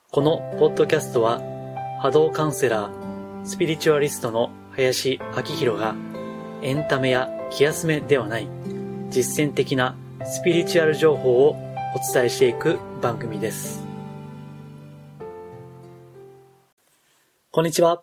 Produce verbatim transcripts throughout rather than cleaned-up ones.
このポッドキャストは波動カウンセラー、スピリチュアリストの林明弘がエンタメや気休めではない実践的なスピリチュアル情報をお伝えしていく番組です。こんにちは。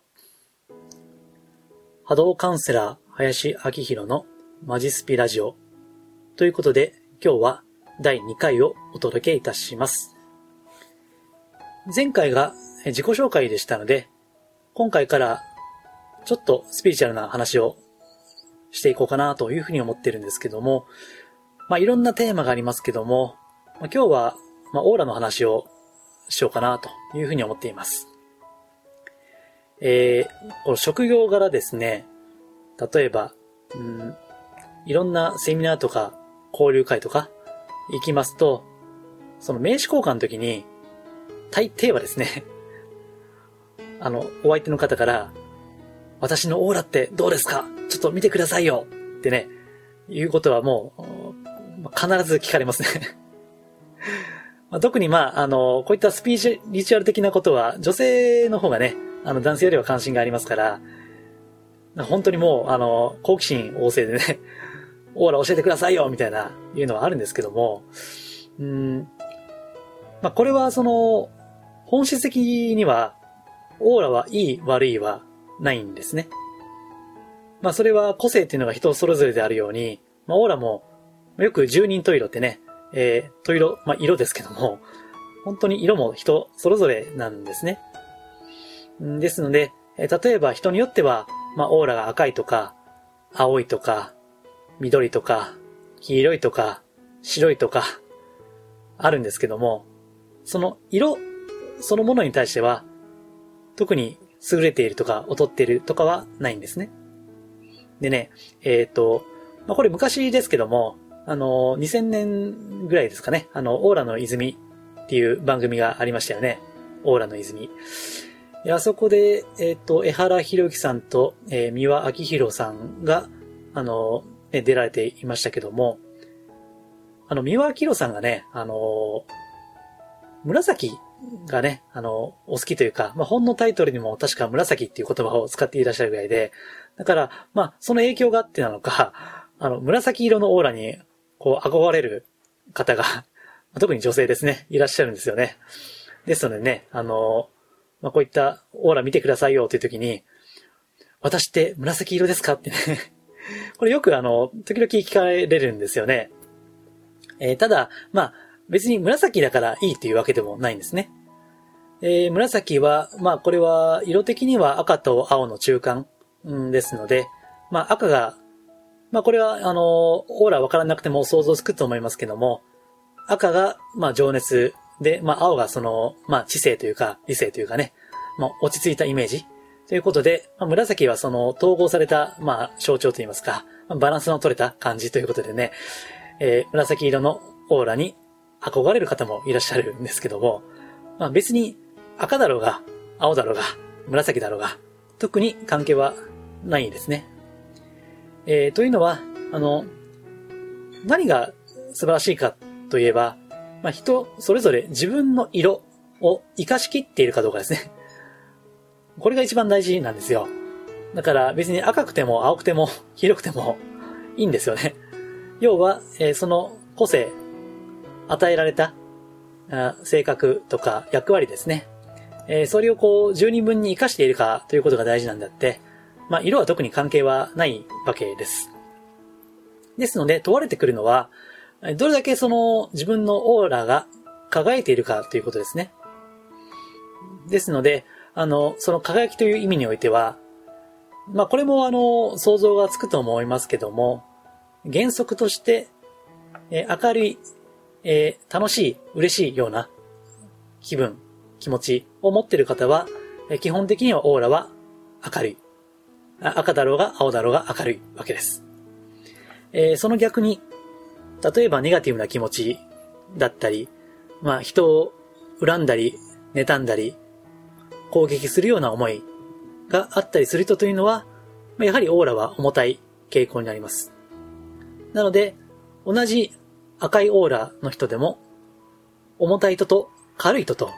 波動カウンセラー林明弘のマジスピラジオということで、今日はだいにかいをお届けいたします。前回が自己紹介でしたので、今回からちょっとスピリチュアルな話をしていこうかなというふうに思ってるんですけども、まあいろんなテーマがありますけども、まあ、今日はまあオーラの話をしようかなというふうに思っています。えー、この職業柄ですね、例えば、うん、いろんなセミナーとか交流会とか行きますと、その名刺交換の時に大抵はですね、あの、お相手の方から、私のオーラってどうですか？ちょっと見てくださいよってね、いうことはもう、必ず聞かれますね。まあ、特にまあ、あの、こういったスピリチュアル的なことは、女性の方がね、あの、男性よりは関心がありますから、本当にもう、あの、好奇心旺盛でね、オーラ教えてくださいよみたいな、いうのはあるんですけども、うーん、まあ、これはその、本質的には、オーラはいい悪いはないんですね。まあそれは個性っていうのが人それぞれであるように、まあオーラも、よく十人十色ってね、えー、十色、まあ色ですけども、本当に色も人それぞれなんですね。ですので、えー、例えば人によっては、まあオーラが赤いとか、青いとか、緑とか、黄色いとか、白いとか、あるんですけども、その色そのものに対しては、特に優れているとか劣っているとかはないんですね。でね、えっと、まあ、これ昔ですけども、あの、にせんねんぐらいですかね、あの、オーラの泉っていう番組がありましたよね。オーラの泉。あそこで、えっと、江原博之さんと、えー、三輪明宏さんが、あの、ね、出られていましたけども、あの、三輪明宏さんがね、あの、紫がね、あの、お好きというか、まあ、本のタイトルにも確か紫っていう言葉を使っていらっしゃるぐらいで、だから、まあ、その影響があってなのか、あの、紫色のオーラに、こう、憧れる方が、特に女性ですね、いらっしゃるんですよね。ですのでね、あの、まあ、こういったオーラ見てくださいよという時に、私って紫色ですかってね、これよくあの、時々聞かれるんですよね。えー、ただ、まあ、別に紫だからいいというわけでもないんですね。えー、紫は、まあこれは色的には赤と青の中間、うん、ですので、まあ赤が、まあこれはあの、オーラわからなくても想像つくと思いますけども、赤がまあ情熱で、まあ青がその、まあ知性というか理性というかね、まあ落ち着いたイメージということで、まあ、紫はその統合されたまあ象徴といいますか、バランスの取れた感じということでね、えー、紫色のオーラに憧れる方もいらっしゃるんですけども、まあ別に赤だろうが、青だろうが、紫だろうが、特に関係はないですね。えー、というのは、あの、何が素晴らしいかといえば、まあ人それぞれ自分の色を活かしきっているかどうかですね。これが一番大事なんですよ。だから別に赤くても青くても黄色くてもいいんですよね。要は、えー、その個性、与えられた性格とか役割ですね。えー、それをこう十人分に活かしているかということが大事なんだって、まあ色は特に関係はないわけです。ですので問われてくるのは、どれだけその自分のオーラが輝いているかということですね。ですので、あの、その輝きという意味においては、まあこれもあの想像がつくと思いますけども、原則として、えー、明るいえー、楽しい、嬉しいような気分、気持ちを持っている方は、えー、基本的にはオーラは明るい。赤だろうが青だろうが明るいわけです。えー、その逆に、例えばネガティブな気持ちだったり、まあ人を恨んだり、妬んだり、攻撃するような思いがあったりする人というのは、やはりオーラは重たい傾向になります。なので、同じ赤いオーラの人でも、重たい人と軽い人と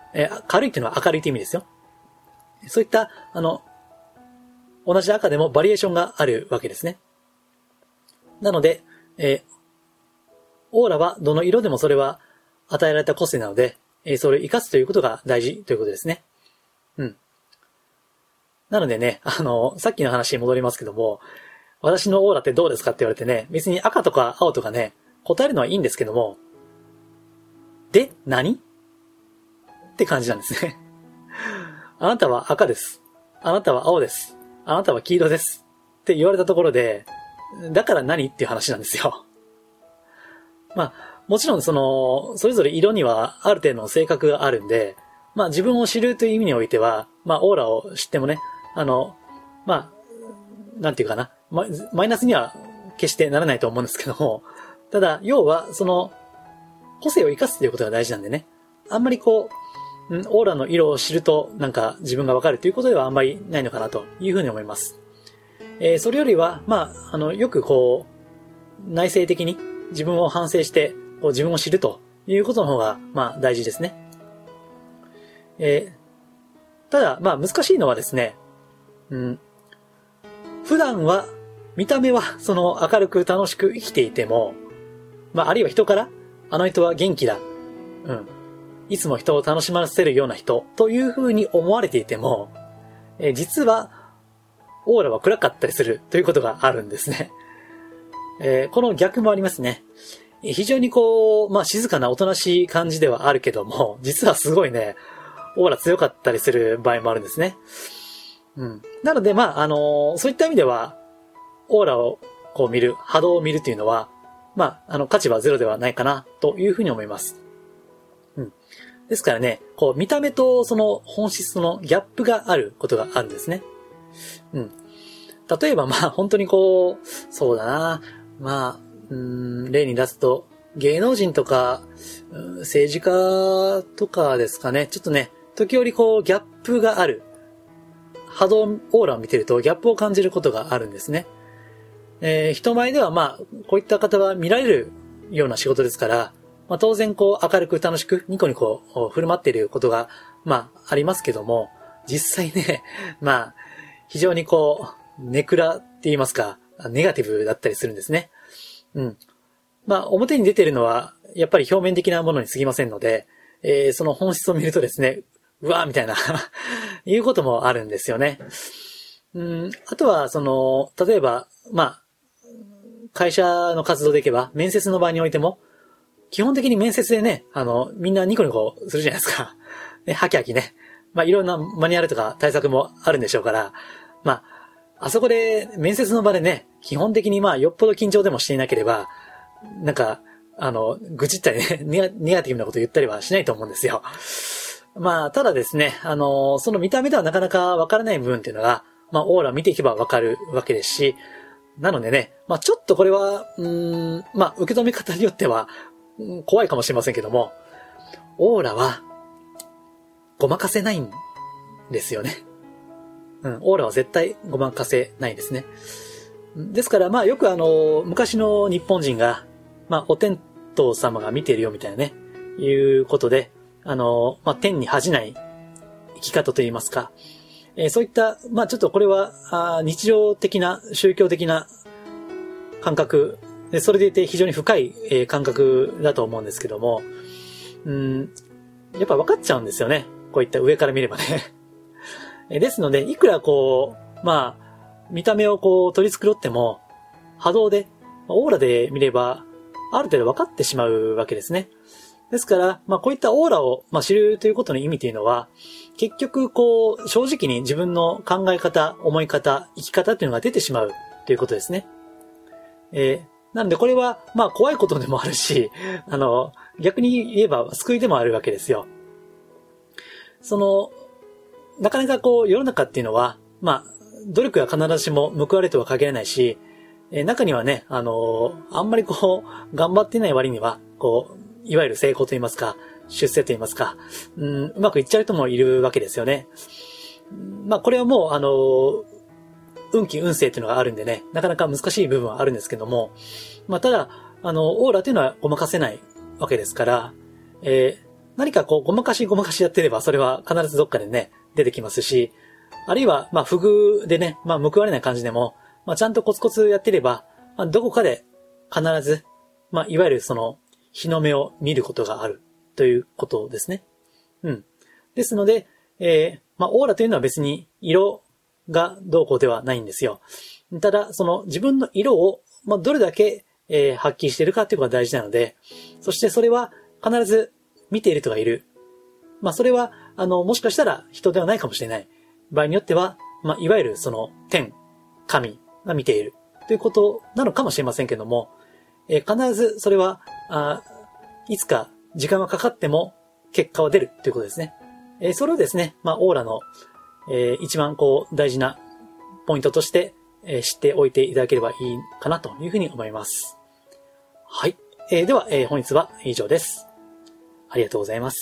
えー、軽いっていうのは明るいって意味ですよ。そういった、あの、同じ赤でもバリエーションがあるわけですね。なので、えー、オーラはどの色でもそれは与えられた個性なので、えー、それを活かすということが大事ということですね。うん。なのでね、あの、さっきの話に戻りますけども、私のオーラってどうですかって言われてね、別に赤とか青とかね、答えるのはいいんですけども、で、何って感じなんですね。あなたは赤です。あなたは青です。あなたは黄色です。って言われたところで、だから何っていう話なんですよ。まあ、もちろんその、それぞれ色にはある程度の性格があるんで、まあ自分を知るという意味においては、まあオーラを知ってもね、あの、まあ、なんていうかな、マイナスには決してならないと思うんですけども、ただ、要は、その、個性を生かすということが大事なんでね、あんまりこう、オーラの色を知ると、なんか自分がわかるということではあんまりないのかなというふうに思います。えー、それよりは、まあ、あの、よくこう、内省的に自分を反省して、こう自分を知るということの方が、まあ、大事ですね。えー、ただ、まあ、難しいのはですね、うん、普段は、見た目は、その、明るく楽しく生きていても、まあ、あるいは人から、あの人は元気だ。うん。いつも人を楽しませるような人、という風に思われていても、えー、実は、オーラは暗かったりするということがあるんですね。えー、この逆もありますね。非常にこう、まあ、静かなおとなしい感じではあるけども、実はすごいね、オーラ強かったりする場合もあるんですね。うん。なので、まあ、あのー、そういった意味では、オーラをこう見る、波動を見るというのは、まあ、あの、価値はゼロではないかな、というふうに思います。うん。ですからね、こう、見た目とその本質とのギャップがあることがあるんですね。うん。例えば、まあ、本当にこう、そうだな、まあ、うーん、例に出すと、芸能人とか、政治家とかですかね、ちょっとね、時折こう、ギャップがある。波動、オーラを見てるとギャップを感じることがあるんですね。えー、人前ではまあ、こういった方は見られるような仕事ですから、まあ当然こう明るく楽しくニコニコ振る舞っていることが、まあありますけども、実際ね、まあ、非常にこう、ネクラって言いますか、ネガティブだったりするんですね。うん。まあ表に出ているのは、やっぱり表面的なものに過ぎませんので、えー、その本質を見るとですね、うわーみたいないうこともあるんですよね。うん、あとは、その、例えば、まあ、会社の活動でいけば、面接の場においても、基本的に面接でね、あの、みんなニコニコするじゃないですか。で、ハキハキね。まあ、いろんなマニュアルとか対策もあるんでしょうから、まあ、あそこで、面接の場でね、基本的にまあ、よっぽど緊張でもしていなければ、なんか、あの、愚痴ったりね、ネガ、ネガティブなこと言ったりはしないと思うんですよ。まあ、ただですね、あの、その見た目ではなかなかわからない部分っていうのが、まあ、オーラを見ていけばわかるわけですし、なのでね、まあ、ちょっとこれは、うーん、まあ、受け止め方によっては、怖いかもしれませんけども、オーラは、ごまかせないんですよね。うん、オーラは絶対ごまかせないですね。ですから、まあ、よくあの、昔の日本人が、まあ、お天道様が見ているよみたいなね、いうことで、あの、まあ、天に恥じない生き方といいますか、えー、そういった、まあ、ちょっとこれは、あ日常的な、宗教的な感覚で、それでいて非常に深い、えー、感覚だと思うんですけども、うん、やっぱ分かっちゃうんですよね。こういった上から見ればね。えー、ですので、いくらこう、まあ、見た目をこう取り繕っても、波動で、オーラで見れば、ある程度分かってしまうわけですね。ですから、まあこういったオーラを、まあ、知るということの意味というのは、結局こう、正直に自分の考え方、思い方、生き方というのが出てしまうということですね。えー、なのでこれは、まあ怖いことでもあるし、あの、逆に言えば救いでもあるわけですよ。その、なかなかこう、世の中っていうのは、まあ、努力が必ずしも報われとは限らないし、えー、中にはね、あのー、あんまりこう、頑張ってない割には、こう、いわゆる成功と言いますか、出世と言いますか、うん、うまくいっちゃう人もいるわけですよね。まあこれはもう、あの、運気運勢っていうのがあるんでね、なかなか難しい部分はあるんですけども、まあただ、あの、オーラというのはごまかせないわけですから、えー、 何かこう、ごまかしごまかしやってれば、それは必ずどっかでね、出てきますし、あるいは、まあ、不遇でね、まあ、報われない感じでも、まあ、ちゃんとコツコツやってれば、まあ、どこかで必ず、まあ、いわゆるその、日の目を見ることがあるということですね。うん。ですので、えー、まあ、オーラというのは別に色がどうこうではないんですよ。ただ、その自分の色を、まあ、どれだけ、えー、発揮しているかということが大事なので、そしてそれは必ず見ている人がいる。まあ、それは、あの、もしかしたら人ではないかもしれない。場合によっては、まあ、いわゆるその天、神が見ているということなのかもしれませんけども、えー、必ずそれは、あいつか時間はかかっても結果は出るということですね。えー、それをですね、まあ、オーラの、えー、一番こう大事なポイントとして、えー、知っておいていただければいいかなというふうに思います。はい。えー、では、えー、本日は以上です。ありがとうございます。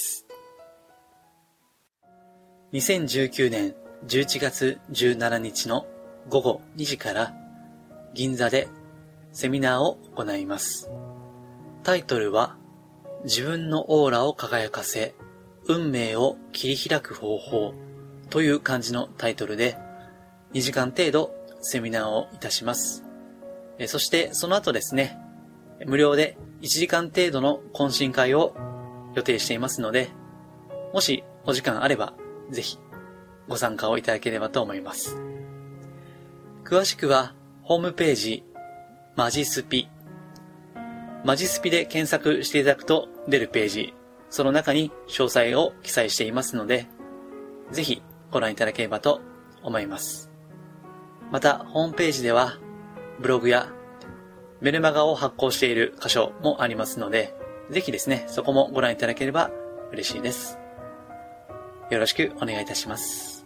にせんじゅうきゅうねんじゅういちがつじゅうしちにちのごごにじから銀座でセミナーを行います。タイトルは自分のオーラを輝かせ運命を切り開く方法という感じのタイトルでにじかん程度セミナーをいたします。そしてその後ですね、無料でいちじかん程度の懇親会を予定していますので、もしお時間あればぜひご参加をいただければと思います。詳しくはホームページマジスピマジスピで検索していただくと出るページ、その中に詳細を記載していますので、ぜひご覧いただければと思います。また、ホームページではブログやメルマガを発行している箇所もありますので、ぜひですね、そこもご覧いただければ嬉しいです。よろしくお願いいたします。